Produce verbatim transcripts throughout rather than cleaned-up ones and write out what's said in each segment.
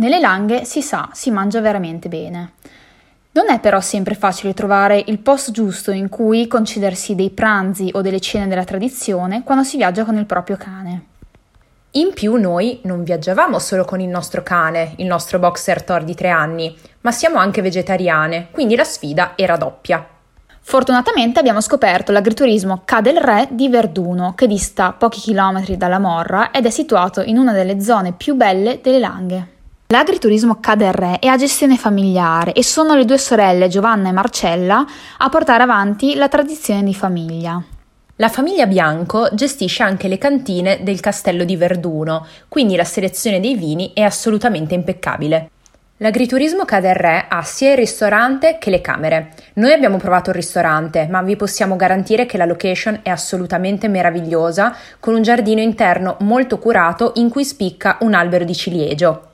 Nelle Langhe, si sa, si mangia veramente bene. Non è però sempre facile trovare il posto giusto in cui concedersi dei pranzi o delle cene della tradizione quando si viaggia con il proprio cane. In più noi non viaggiavamo solo con il nostro cane, il nostro boxer Thor di tre anni, ma siamo anche vegetariane, quindi la sfida era doppia. Fortunatamente abbiamo scoperto l'agriturismo Ca del Re di Verduno, che dista pochi chilometri dalla Morra ed è situato in una delle zone più belle delle Langhe. L'agriturismo Ca del Re è a gestione familiare e sono le due sorelle Giovanna e Marcella a portare avanti la tradizione di famiglia. La famiglia Bianco gestisce anche le cantine del castello di Verduno, quindi la selezione dei vini è assolutamente impeccabile. L'agriturismo Ca del Re ha sia il ristorante che le camere. Noi abbiamo provato il ristorante, ma vi possiamo garantire che la location è assolutamente meravigliosa, con un giardino interno molto curato in cui spicca un albero di ciliegio.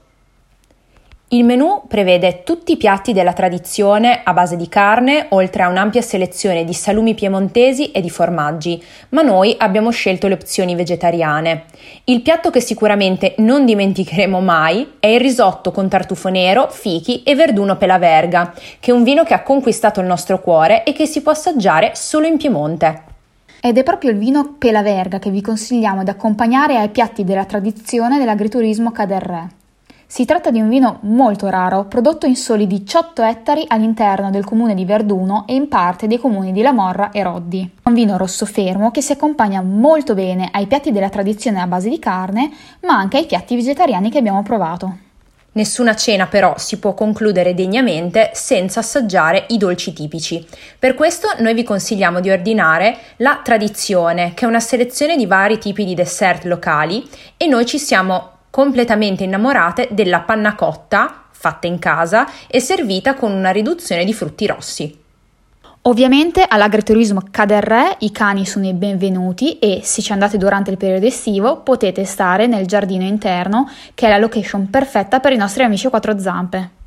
Il menù prevede tutti i piatti della tradizione a base di carne, oltre a un'ampia selezione di salumi piemontesi e di formaggi, ma noi abbiamo scelto le opzioni vegetariane. Il piatto che sicuramente non dimenticheremo mai è il risotto con tartufo nero, fichi e verduno pelaverga, che è un vino che ha conquistato il nostro cuore e che si può assaggiare solo in Piemonte. Ed è proprio il vino pelaverga che vi consigliamo di accompagnare ai piatti della tradizione dell'agriturismo Ca del Re. Si tratta di un vino molto raro, prodotto in soli diciotto ettari all'interno del comune di Verduno e in parte dei comuni di La Morra e Roddi. Un vino rosso fermo che si accompagna molto bene ai piatti della tradizione a base di carne, ma anche ai piatti vegetariani che abbiamo provato. Nessuna cena però si può concludere degnamente senza assaggiare i dolci tipici. Per questo noi vi consigliamo di ordinare la Tradizione, che è una selezione di vari tipi di dessert locali, e noi ci siamo completamente innamorate della panna cotta, fatta in casa e servita con una riduzione di frutti rossi. Ovviamente all'agriturismo Ca del Re i cani sono i benvenuti e se ci andate durante il periodo estivo potete stare nel giardino interno, che è la location perfetta per i nostri amici a quattro zampe.